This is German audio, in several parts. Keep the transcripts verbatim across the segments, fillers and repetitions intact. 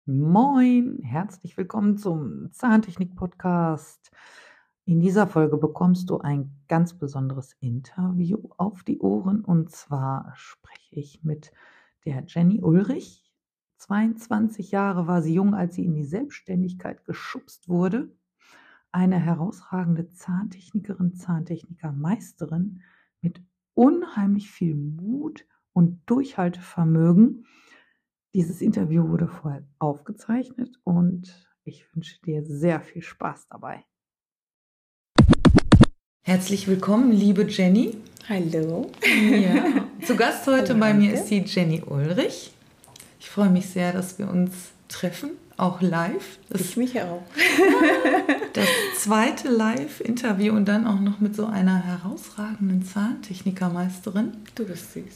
Moin, herzlich willkommen zum Zahntechnik-Podcast. In dieser Folge bekommst du ein ganz besonderes Interview auf die Ohren und zwar spreche ich mit der Jenny Ulrich. zweiundzwanzig Jahre war sie jung, als sie in die Selbstständigkeit geschubst wurde. Eine herausragende Zahntechnikerin, Zahntechniker-Meisterin mit unheimlich viel Mut und Durchhaltevermögen. Dieses Interview wurde vorher aufgezeichnet und ich wünsche dir sehr viel Spaß dabei. Herzlich willkommen, liebe Jenny. Hallo. Ja, zu Gast heute Hallo, bei mir danke. ist die Jenny Ulrich. Ich freue mich sehr, dass wir uns treffen, auch live. Das, Ich mich auch. das zweite Live-Interview und dann auch noch mit so einer herausragenden Zahntechnikermeisterin. Du bist süß.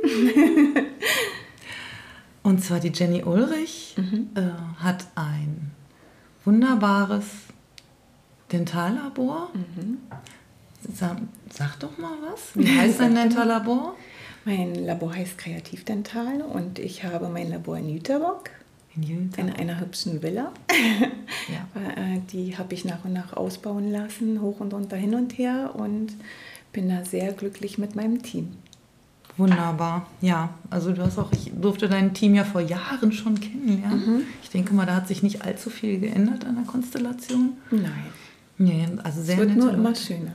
Und zwar die Jenny Ulrich Mhm. äh, hat ein wunderbares Dentallabor. Mhm. Sag, sag doch mal was. Wie heißt dein Dentallabor? Mein Labor heißt Kreativdental und ich habe mein Labor in Jüterbock In Jüter. in einer hübschen Villa. Ja. Äh, Die habe ich nach und nach ausbauen lassen, hoch und runter, hin und her und bin da sehr glücklich mit meinem Team. Wunderbar. Ja, also du hast auch, ich durfte dein Team ja vor Jahren schon kennenlernen. Mhm. Ich denke mal, da hat sich nicht allzu viel geändert an der Konstellation. Nein, Nee, also sehr es wird nette nur immer Leute. schöner.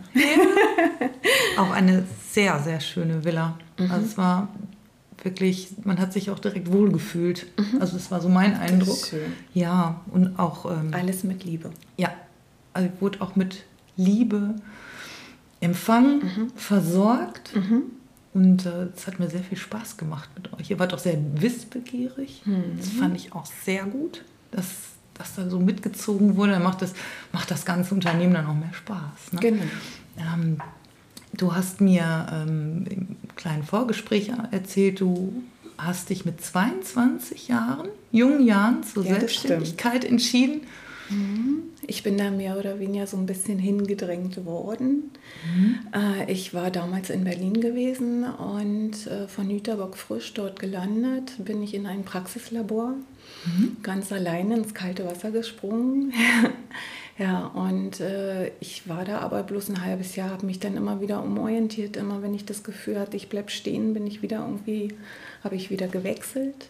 Auch eine sehr, sehr schöne Villa. Mhm. Also es war wirklich, man hat sich auch direkt wohlgefühlt. Also das war so mein Das Eindruck. ist schön. Ja, und auch, ähm, Alles mit Liebe. ja, also ich wurde auch mit Liebe empfangen, Mhm. versorgt. Mhm. Und äh, es hat mir sehr viel Spaß gemacht mit euch. Ihr wart auch sehr wissbegierig. Mhm. Das fand ich auch sehr gut, dass, dass da so mitgezogen wurde. Dann macht das, macht das ganze Unternehmen dann auch mehr Spaß. Ne? Genau. Ähm, du hast mir ähm, im kleinen Vorgespräch erzählt, du hast dich mit zweiundzwanzig Jahren, jungen Jahren zur Ja, das Selbstständigkeit entschieden. Ich bin da mehr oder weniger so ein bisschen hingedrängt worden. Äh, ich war damals in Berlin gewesen und äh, von Jüterbock frisch dort gelandet, bin ich in ein Praxislabor, ganz alleine ins kalte Wasser gesprungen. Ja, und äh, ich war da aber bloß ein halbes Jahr, habe mich dann immer wieder umorientiert. Immer wenn ich das Gefühl hatte, ich bleib stehen, bin ich wieder irgendwie, habe ich wieder gewechselt.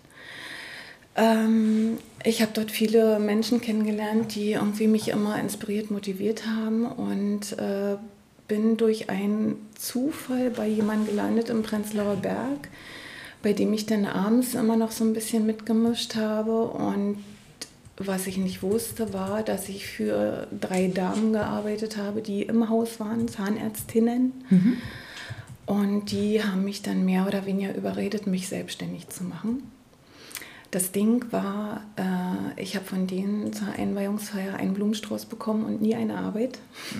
Ähm, ich habe dort viele Menschen kennengelernt, die irgendwie mich immer inspiriert, motiviert haben und äh, bin durch einen Zufall bei jemandem gelandet im Prenzlauer Berg, bei dem ich dann abends immer noch so ein bisschen mitgemischt habe. Und was ich nicht wusste, war, dass ich für drei Damen gearbeitet habe, die im Haus waren, Zahnärztinnen. Und die haben mich dann mehr oder weniger überredet, mich selbstständig zu machen. Das Ding war, äh, ich habe von denen zur Einweihungsfeier einen Blumenstrauß bekommen und nie eine Arbeit.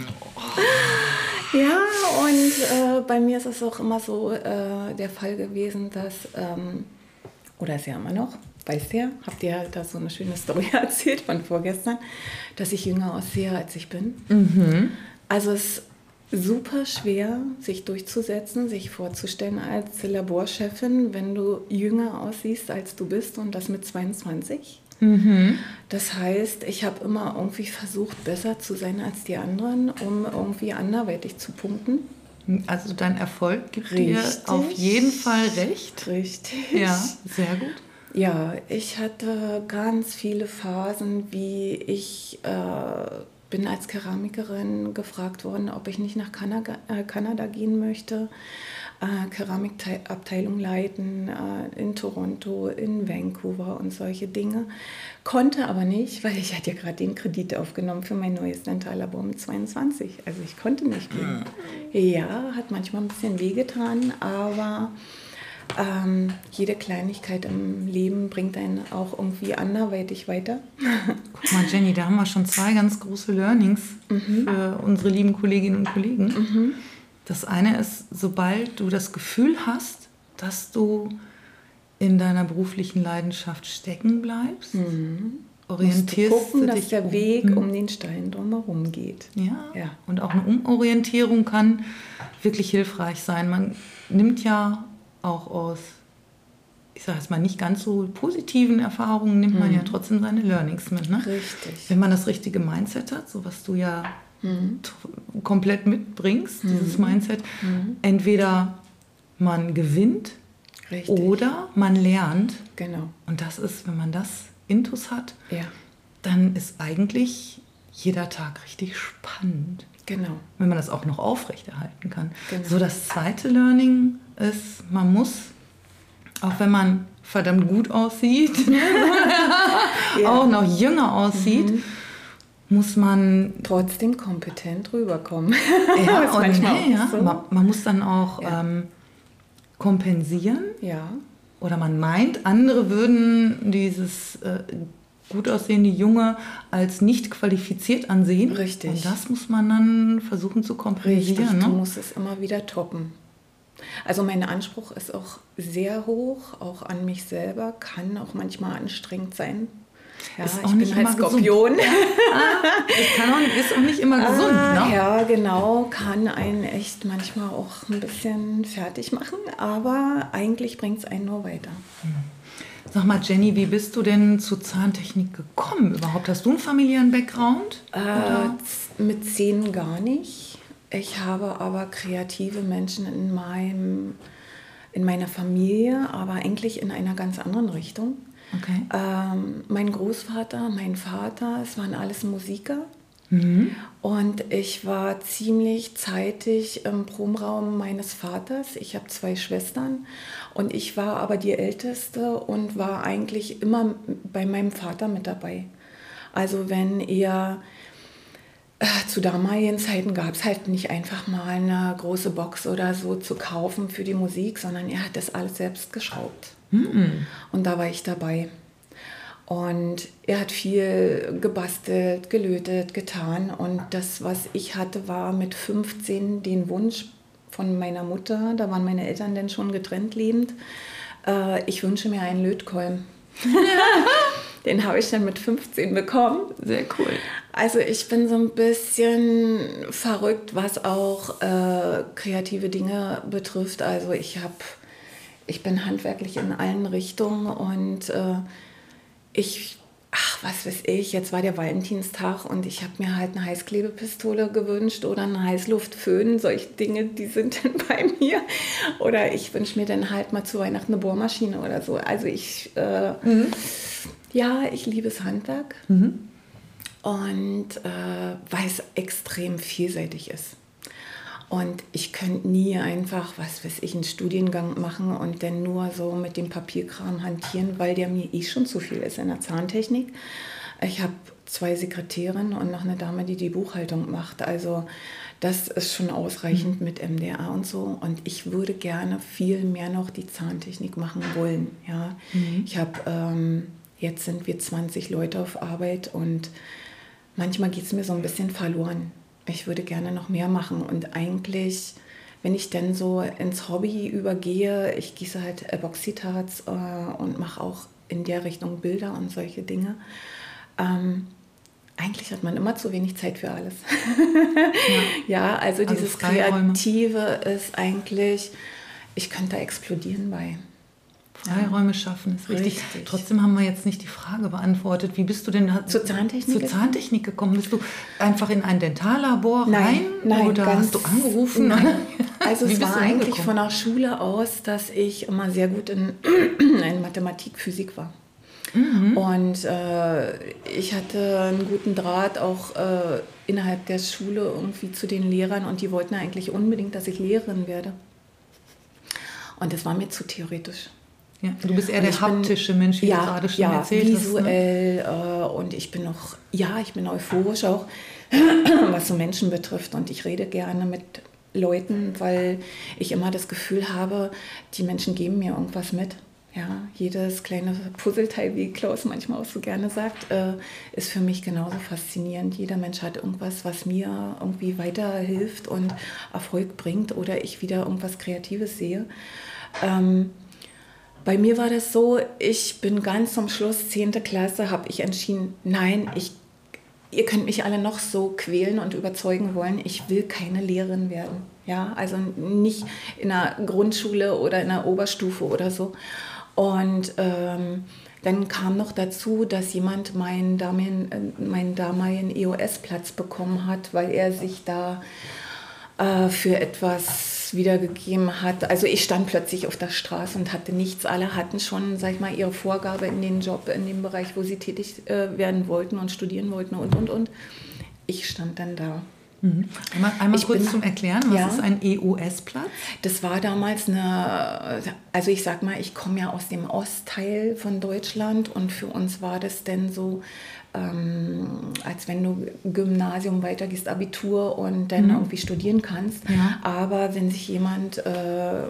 Ja, und äh, bei mir ist es auch immer so äh, der Fall gewesen, dass, ähm, oder ist ja immer noch, weißt du ja, habt ihr da so eine schöne Story erzählt von vorgestern, dass ich jünger aussehe, als ich bin. Also es ist super schwer, sich durchzusetzen, sich vorzustellen als Laborchefin, wenn du jünger aussiehst, als du bist und das mit zweiundzwanzig. Das heißt, ich habe immer irgendwie versucht, besser zu sein als die anderen, um irgendwie anderweitig zu punkten. Also dein Erfolg gibt Richtig. dir auf jeden Fall recht. Richtig. Ja, sehr gut. Ja, ich hatte ganz viele Phasen, wie ich äh, bin als Keramikerin gefragt worden, ob ich nicht nach Kanada, äh, Kanada gehen möchte, äh, Keramikabteilung leiten äh, in Toronto, in Vancouver und solche Dinge. Konnte aber nicht, weil ich hatte ja gerade den Kredit aufgenommen für mein neues Dentallabor mit zweiundzwanzig. Also ich konnte nicht gehen. Ja, hat manchmal ein bisschen wehgetan, aber ähm, jede Kleinigkeit im Leben bringt einen auch irgendwie anderweitig weiter. Guck mal, Jenny, da haben wir schon zwei ganz große Learnings für unsere lieben Kolleginnen und Kollegen. Das eine ist, sobald du das Gefühl hast, dass du in deiner beruflichen Leidenschaft stecken bleibst, orientierst Musst du gucken, du dass dich der um. Weg um den Stein drumherum geht. Ja, Ja. und auch eine Umorientierung kann wirklich hilfreich sein. Man nimmt ja auch aus, ich ich sage jetzt mal, nicht ganz so positiven Erfahrungen nimmt man Mhm. ja trotzdem seine Learnings mit. Ne? Richtig. Wenn man das richtige Mindset hat, so was du ja Mhm. t- komplett mitbringst, dieses Mhm. Mindset, Mhm. entweder man gewinnt Richtig. oder man lernt. Genau. Und das ist, wenn man das Intus hat, Ja, dann ist eigentlich jeder Tag richtig spannend, genau. wenn man das auch noch aufrechterhalten kann. Genau. So, das zweite Learning ist, man muss, auch wenn man verdammt gut aussieht, Ja. auch noch jünger aussieht, Mhm. muss man, Trotzdem kompetent rüberkommen. ja, Ist und, manchmal nee, auch ja, so. man, man muss dann auch Ja. ähm, kompensieren. Ja, Oder man meint, andere würden dieses äh, gut aussehende Junge als nicht qualifiziert ansehen. Richtig. Und das muss man dann versuchen zu richtig. kompensieren. Du Ne? musst es immer wieder toppen. Also mein Anspruch ist auch sehr hoch, auch an mich selber, kann auch manchmal anstrengend sein. Ja, Ist auch ich nicht bin halt immer gesund. Skorpion. Das kann auch, ist auch nicht immer gesund. Ah, Ne? ja, genau, kann einen echt manchmal auch ein bisschen fertig machen, aber eigentlich bringt es einen nur weiter. Sag mal, Jenny, wie bist du denn zur Zahntechnik gekommen überhaupt? Hast du einen familiären Background? Äh, Oder? z- mit zehn gar nicht. Ich habe aber kreative Menschen in meinem, in meiner Familie, aber eigentlich in einer ganz anderen Richtung. Okay. Ähm, mein Großvater, mein Vater, es waren alles Musiker. Mhm. Und ich war ziemlich zeitig im Probenraum meines Vaters. Ich habe zwei Schwestern und ich war aber die Älteste und war eigentlich immer bei meinem Vater mit dabei. Also wenn er, äh, zu damaligen Zeiten gab es halt nicht einfach mal eine große Box oder so zu kaufen für die Musik, sondern er hat das alles selbst geschraubt. Mhm. Und da war ich dabei. Und er hat viel gebastelt, gelötet, getan. Und das, was ich hatte, war mit fünfzehn den Wunsch von meiner Mutter, da waren meine Eltern dann schon getrennt lebend, äh, ich wünsche mir einen Lötkolben. Den habe ich dann mit fünfzehn bekommen. Sehr cool. Also ich bin so ein bisschen verrückt, was auch äh, kreative Dinge betrifft. Also ich habe, ich bin handwerklich in allen Richtungen und äh, ich, ach, was weiß ich, jetzt war der Valentinstag und ich habe mir halt eine Heißklebepistole gewünscht oder einen Heißluftföhn, solche Dinge, die sind dann bei mir. Oder ich wünsche mir dann halt mal zu Weihnachten eine Bohrmaschine oder so. Also ich, äh, Mhm. ja, ich liebe das Handwerk Mhm. und äh, weil es extrem vielseitig ist. Und ich könnte nie einfach, was weiß ich, einen Studiengang machen und dann nur so mit dem Papierkram hantieren, weil der mir eh schon zu viel ist in der Zahntechnik. Ich habe zwei Sekretärinnen und noch eine Dame, die die Buchhaltung macht. Also das ist schon ausreichend mit M D R und so. Und ich würde gerne viel mehr noch die Zahntechnik machen wollen. Ja. Mhm. Ich habe, ähm, jetzt sind wir zwanzig Leute auf Arbeit und manchmal geht es mir so ein bisschen verloren. Ich würde gerne noch mehr machen und eigentlich, wenn ich dann so ins Hobby übergehe, ich gieße halt Epoxidharz äh, und mache auch in der Richtung Bilder und solche Dinge. Ähm, eigentlich hat man immer zu wenig Zeit für alles. Ja, also, Also dieses Freiräume. Kreative ist eigentlich, ich könnte da explodieren bei. Freiräume schaffen ist richtig. Richtig. Trotzdem haben wir jetzt nicht die Frage beantwortet. Wie bist du denn da- Zur Zahntechnik zur gekommen? Zahntechnik gekommen? Bist du einfach in ein Dentallabor Nein, rein nein, oder ganz- hast du angerufen? Nein. Also Wie es bist war du eigentlich hingekommen? von der Schule aus, dass ich immer sehr gut in, in Mathematik, Physik war. Mhm. Und äh, ich hatte einen guten Draht auch äh, innerhalb der Schule irgendwie zu den Lehrern und die wollten eigentlich unbedingt, dass ich Lehrerin werde. Und das war mir zu theoretisch. Ja, du bist eher Und der ich bin- haptische Mensch, wie du gerade schon ja, erzählt hast. Ne? visuell äh, und ich bin noch, ja, ich bin euphorisch auch, was so Menschen betrifft und ich rede gerne mit Leuten, weil ich immer das Gefühl habe, die Menschen geben mir irgendwas mit. Ja, jedes kleine Puzzleteil, wie Klaus manchmal auch so gerne sagt, äh, ist für mich genauso faszinierend. Jeder Mensch hat irgendwas, was mir irgendwie weiterhilft und Erfolg bringt oder ich wieder irgendwas Kreatives sehe. Ähm, Bei mir war das so, ich bin ganz zum Schluss, zehnte Klasse, habe ich entschieden, nein, ich, ihr könnt mich alle noch so quälen und überzeugen wollen, ich will keine Lehrerin werden. Ja, also nicht in einer Grundschule oder in einer Oberstufe oder so. Und ähm, dann kam noch dazu, dass jemand meinen damaligen, meinen damaligen E O S-Platz bekommen hat, weil er sich da äh, für etwas wiedergegeben hat. Also ich stand plötzlich auf der Straße und hatte nichts. Alle hatten schon, sag ich mal, ihre Vorgabe in den Job, in dem Bereich, wo sie tätig äh, werden wollten und studieren wollten und, und, und. Ich stand dann da. Mhm. Einmal, einmal Ich kurz bin- zum Erklären, was Ja. ist ein E O S-Platz? Das war damals eine, also ich sag mal, ich komme ja aus dem Ostteil von Deutschland und für uns war das denn so, ähm, als wenn du Gymnasium weitergehst, Abitur und dann irgendwie studieren kannst. Ja. Aber wenn sich jemand äh,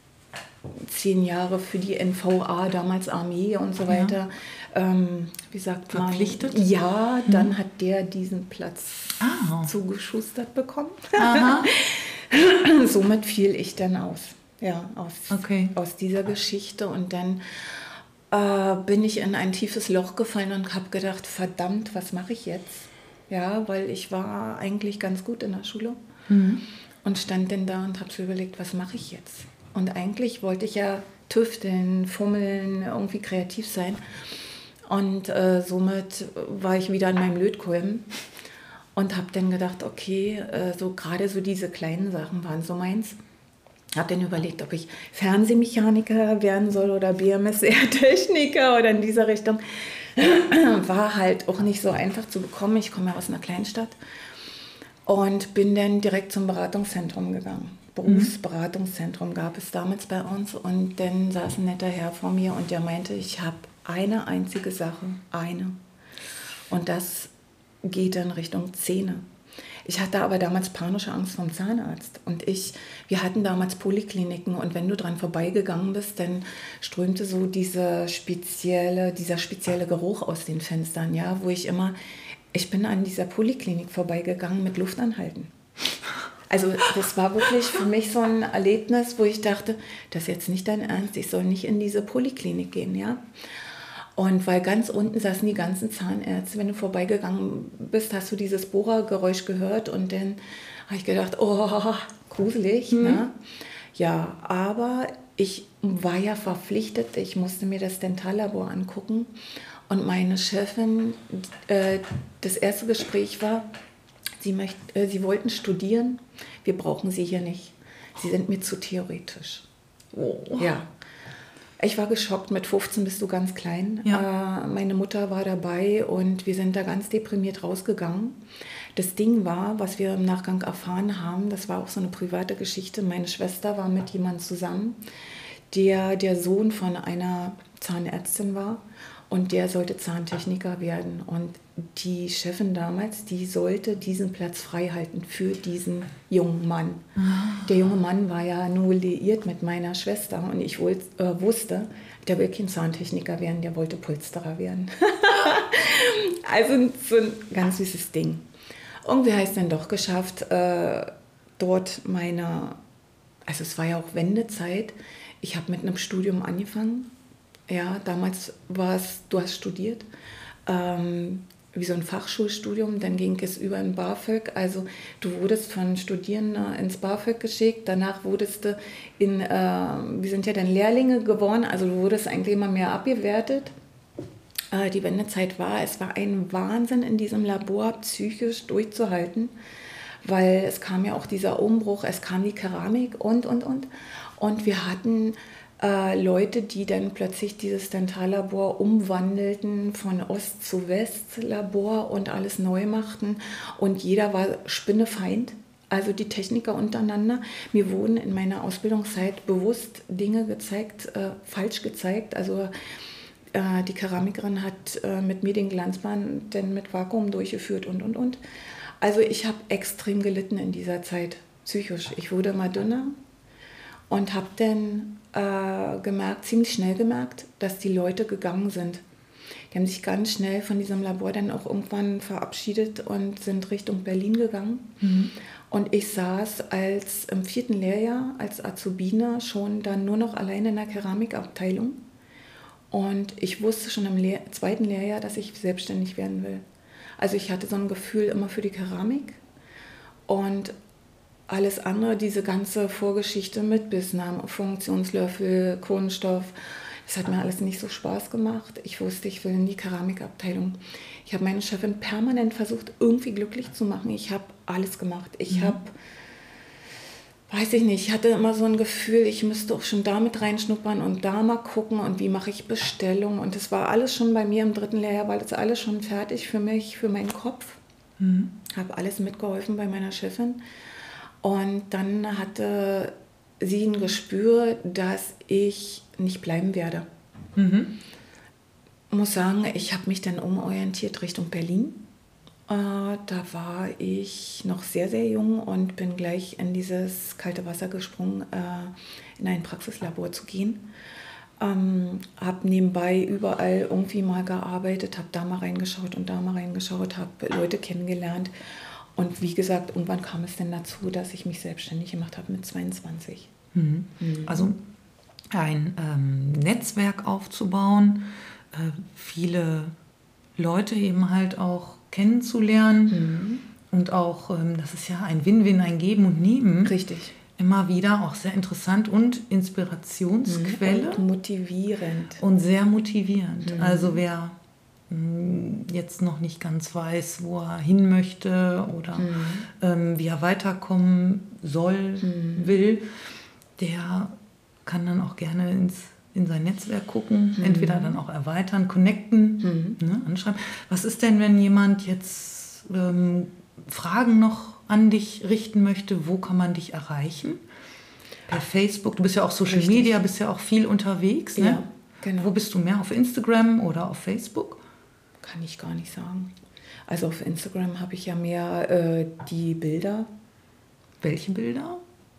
zehn Jahre für die N V A, damals Armee und so weiter, ähm, wie sagt man? Verpflichtet? Ja, dann hat der diesen Platz Ah. zugeschustert bekommen. Aha. Somit fiel ich dann aus, ja, aus, Okay. aus dieser Geschichte und dann äh, bin ich in ein tiefes Loch gefallen und habe gedacht, verdammt, was mache ich jetzt? Ja, weil ich war eigentlich ganz gut in der Schule und stand dann da und habe so überlegt, was mache ich jetzt? Und eigentlich wollte ich ja tüfteln, fummeln, irgendwie kreativ sein und äh, somit war ich wieder an meinem Lötkolben. Und habe dann gedacht, okay, äh, so gerade so diese kleinen Sachen waren so meins. Habe dann überlegt, ob ich Fernsehmechaniker werden soll oder B M S R-Techniker oder in dieser Richtung. War halt auch nicht so einfach zu bekommen. Ich komme ja aus einer Kleinstadt und bin dann direkt zum Beratungszentrum gegangen. Berufsberatungszentrum gab es damals bei uns und dann saß ein netter Herr vor mir und der meinte, ich habe eine einzige Sache, eine. Und das geht in Richtung Zähne. Ich hatte aber damals panische Angst vom Zahnarzt und ich, wir hatten damals Polikliniken und wenn du dran vorbeigegangen bist, dann strömte so diese spezielle, dieser spezielle Geruch aus den Fenstern, ja, wo ich immer, ich bin an dieser Poliklinik vorbeigegangen mit Luftanhalten. Also das war wirklich für mich so ein Erlebnis, wo ich dachte, das ist jetzt nicht dein Ernst, ich soll nicht in diese Poliklinik gehen, ja. Und weil ganz unten saßen die ganzen Zahnärzte, wenn du vorbeigegangen bist, hast du dieses Bohrergeräusch gehört und dann habe ich gedacht, oh, gruselig. Mhm. Ne? Ja, aber ich war ja verpflichtet, ich musste mir das Dentallabor angucken und meine Chefin, äh, das erste Gespräch war, sie, möcht, äh, sie wollten studieren, wir brauchen sie hier nicht, sie sind mir zu theoretisch. Oh. Ja. Ich war geschockt, mit fünfzehn bist du ganz klein. Ja. Äh, meine Mutter war dabei und wir sind da ganz deprimiert rausgegangen. Das Ding war, was wir im Nachgang erfahren haben, das war auch so eine private Geschichte. Meine Schwester war mit jemandem zusammen, der der Sohn von einer Zahnärztin war und der sollte Zahntechniker werden. Und die Chefin damals, die sollte diesen Platz frei halten für diesen jungen Mann. Der junge Mann war ja nur liiert mit meiner Schwester und ich wohl, äh, wusste, der will kein Zahntechniker werden, der wollte Polsterer werden. Also so ein ganz süßes Ding. Irgendwie habe ich es dann doch geschafft, äh, dort meine, also es war ja auch Wendezeit, ich habe mit einem Studium angefangen. Ja, damals war es, du hast studiert, ähm, wie so ein Fachschulstudium, dann ging es über in BAföG, also du wurdest von Studierenden ins BAföG geschickt, danach wurdest du in, äh, wir sind ja dann Lehrlinge geworden, also du wurdest eigentlich immer mehr abgewertet. Äh, die Wendezeit war, es war ein Wahnsinn in diesem Labor psychisch durchzuhalten, weil es kam ja auch dieser Umbruch, es kam die Keramik und, und, und. Und wir hatten äh, Leute, die dann plötzlich dieses Dentallabor umwandelten von Ost- zu West-Labor und alles neu machten. Und jeder war Spinnefeind, also die Techniker untereinander. Mir wurden in meiner Ausbildungszeit bewusst Dinge gezeigt, äh, falsch gezeigt. Also äh, die Keramikerin hat äh, mit mir den Glanzbahn dann mit Vakuum durchgeführt und, und, und. Also ich habe extrem gelitten in dieser Zeit, psychisch. Ich wurde immer dünner und habe dann äh, gemerkt, ziemlich schnell gemerkt, dass die Leute gegangen sind. Die haben sich ganz schnell von diesem Labor dann auch irgendwann verabschiedet und sind Richtung Berlin gegangen. Mhm. Und ich saß als im vierten Lehrjahr als Azubine schon dann nur noch alleine in der Keramikabteilung. Und ich wusste schon im Lehr- zweiten Lehrjahr, dass ich selbstständig werden will. Also ich hatte so ein Gefühl immer für die Keramik und alles andere, diese ganze Vorgeschichte mit Bissnamen, Funktionslöffel, Kunststoff, Es hat mir alles nicht so Spaß gemacht. Ich wusste, ich will in die Keramikabteilung. Ich habe meine Chefin permanent versucht, irgendwie glücklich zu machen. Ich habe alles gemacht. Ich Mhm. habe, weiß ich nicht, ich hatte immer so ein Gefühl, ich müsste auch schon da mit reinschnuppern und da mal gucken und wie mache ich Bestellungen. Und das war alles schon bei mir im dritten Lehrjahr, war das alles schon fertig für mich, für meinen Kopf. Mhm. Habe alles mitgeholfen bei meiner Chefin. Und dann hatte sie ein Gespür, dass ich nicht bleiben werde. Mhm. Ich muss sagen, ich habe mich dann umorientiert Richtung Berlin. Äh, da war ich noch sehr, sehr jung und bin gleich in dieses kalte Wasser gesprungen, äh, in ein Praxislabor zu gehen. Ähm, habe nebenbei überall irgendwie mal gearbeitet, habe da mal reingeschaut und da mal reingeschaut, habe Leute kennengelernt. Und wie gesagt, irgendwann kam es dann dazu, dass ich mich selbstständig gemacht habe mit zweiundzwanzig. Mhm. Also ein ähm, Netzwerk aufzubauen, äh, viele Leute eben halt auch kennenzulernen und auch, ähm, das ist ja ein Win-Win, ein Geben und Nehmen. Richtig. Immer wieder auch sehr interessant und Inspirationsquelle. Und motivierend. Und sehr motivierend. Also wer mh, jetzt noch nicht ganz weiß, wo er hin möchte oder ähm, wie er weiterkommen soll, will, der kann dann auch gerne ins, in sein Netzwerk gucken, entweder dann auch erweitern, connecten, ne, anschreiben. Was ist denn, wenn jemand jetzt ähm, Fragen noch an dich richten möchte, wo kann man dich erreichen? Per Facebook, du bist ja auch Social Richtig. Media, bist ja auch viel unterwegs, ne? Ja, genau. Wo bist du mehr, auf Instagram oder auf Facebook? Kann ich gar nicht sagen. Also auf Instagram habe ich ja mehr äh, die Bilder. Welche Bilder?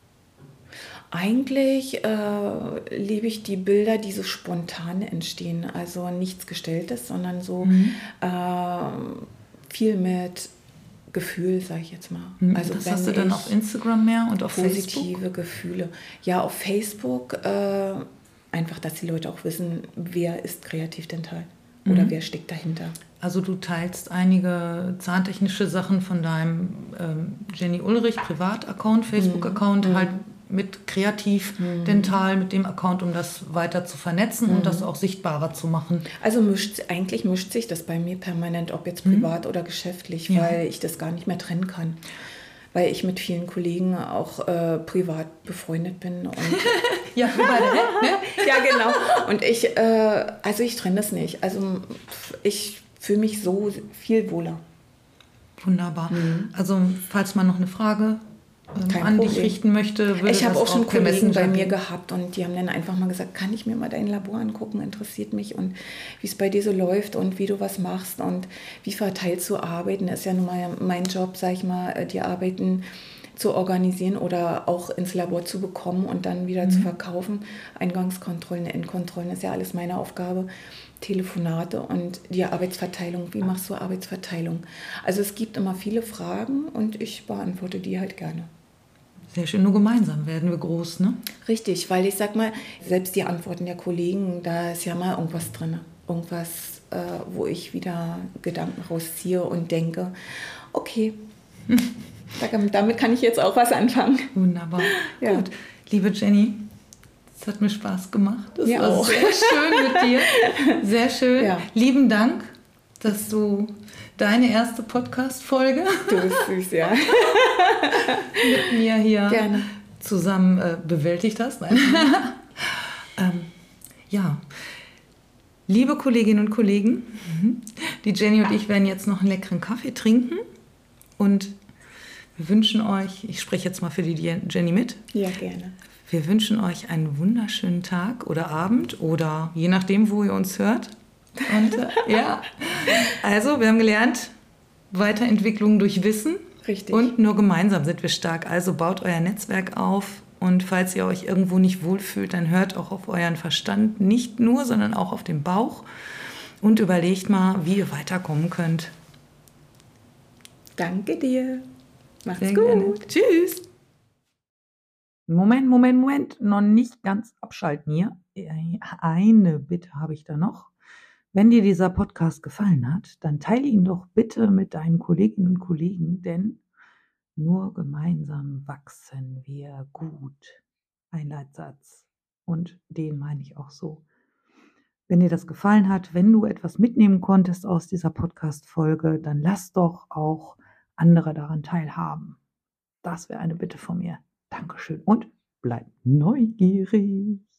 Eigentlich äh, liebe ich die Bilder, die so spontan entstehen. Also nichts Gestelltes, sondern so äh, viel mit Gefühl, sage ich jetzt mal. Also das wenn hast du dann ich auf Instagram mehr und auf positive Facebook? Gefühle. Ja, auf Facebook äh, einfach, dass die Leute auch wissen, wer ist Kreativ Dental oder wer steckt dahinter. Also du teilst einige zahntechnische Sachen von deinem ähm, Jenny Ulrich Privataccount, Facebook-Account, halt mit Kreativ Dental, mit dem Account, um das weiter zu vernetzen und das auch sichtbarer zu machen. Also mischt, eigentlich mischt sich das bei mir permanent, ob jetzt privat oder geschäftlich, Ja. weil ich das gar nicht mehr trennen kann. Weil ich mit vielen Kollegen auch äh, privat befreundet bin. Und Ja, wir beide, ne? ja, genau. Und ich, äh, also ich trenne das nicht. Also ich fühle mich so viel wohler. Wunderbar. Also falls man noch eine Frage ähm, Kein an dich Problem. richten möchte, würde Ich habe das auch schon per Kollegen Messenger bei mir gehen. gehabt und die haben dann einfach mal gesagt, kann ich mir mal dein Labor angucken, interessiert mich und wie es bei dir so läuft und wie du was machst und wie verteilt zu arbeiten. Das ist ja nun mal mein Job, sag ich mal, die Arbeiten zu organisieren oder auch ins Labor zu bekommen und dann wieder zu verkaufen. Eingangskontrollen, Endkontrollen, ist ja alles meine Aufgabe. Telefonate und die Arbeitsverteilung. Wie machst du Arbeitsverteilung? Also es gibt immer viele Fragen und ich beantworte die halt gerne. Sehr schön, nur gemeinsam werden wir groß, ne? Richtig, weil ich sag mal, selbst die Antworten der Kollegen, da ist ja mal irgendwas drin. Irgendwas, äh, wo ich wieder Gedanken rausziehe und denke, okay, damit kann ich jetzt auch was anfangen. Wunderbar. Ja. Gut, liebe Jenny, es hat mir Spaß gemacht. Das Mir war auch. sehr schön mit dir. Sehr schön. Ja. Lieben Dank, dass du deine erste Podcast-Folge Du bist süß, ja. mit mir hier Gerne. zusammen äh, bewältigt hast. Nein. ähm, ja, liebe Kolleginnen und Kollegen, die Jenny und ich werden jetzt noch einen leckeren Kaffee trinken und wir wünschen euch, ich spreche jetzt mal für die Jenny mit, Ja, gerne. wir wünschen euch einen wunderschönen Tag oder Abend oder je nachdem, wo ihr uns hört. Und äh, ja, also wir haben gelernt, Weiterentwicklung durch Wissen. Richtig. Und nur gemeinsam sind wir stark. Also baut euer Netzwerk auf und falls ihr euch irgendwo nicht wohlfühlt, dann hört auch auf euren Verstand, nicht nur, sondern auch auf den Bauch und überlegt mal, wie ihr weiterkommen könnt. Danke dir. Macht's Sehr gut. gerne. Tschüss. Moment, Moment, Moment. Noch nicht ganz abschalten hier. Eine Bitte habe ich da noch. Wenn dir dieser Podcast gefallen hat, dann teile ihn doch bitte mit deinen Kolleginnen und Kollegen, denn nur gemeinsam wachsen wir gut. Ein Leitsatz. Und den meine ich auch so. Wenn dir das gefallen hat, wenn du etwas mitnehmen konntest aus dieser Podcast-Folge, dann lass doch auch andere daran teilhaben. Das wäre eine Bitte von mir. Dankeschön und bleib neugierig.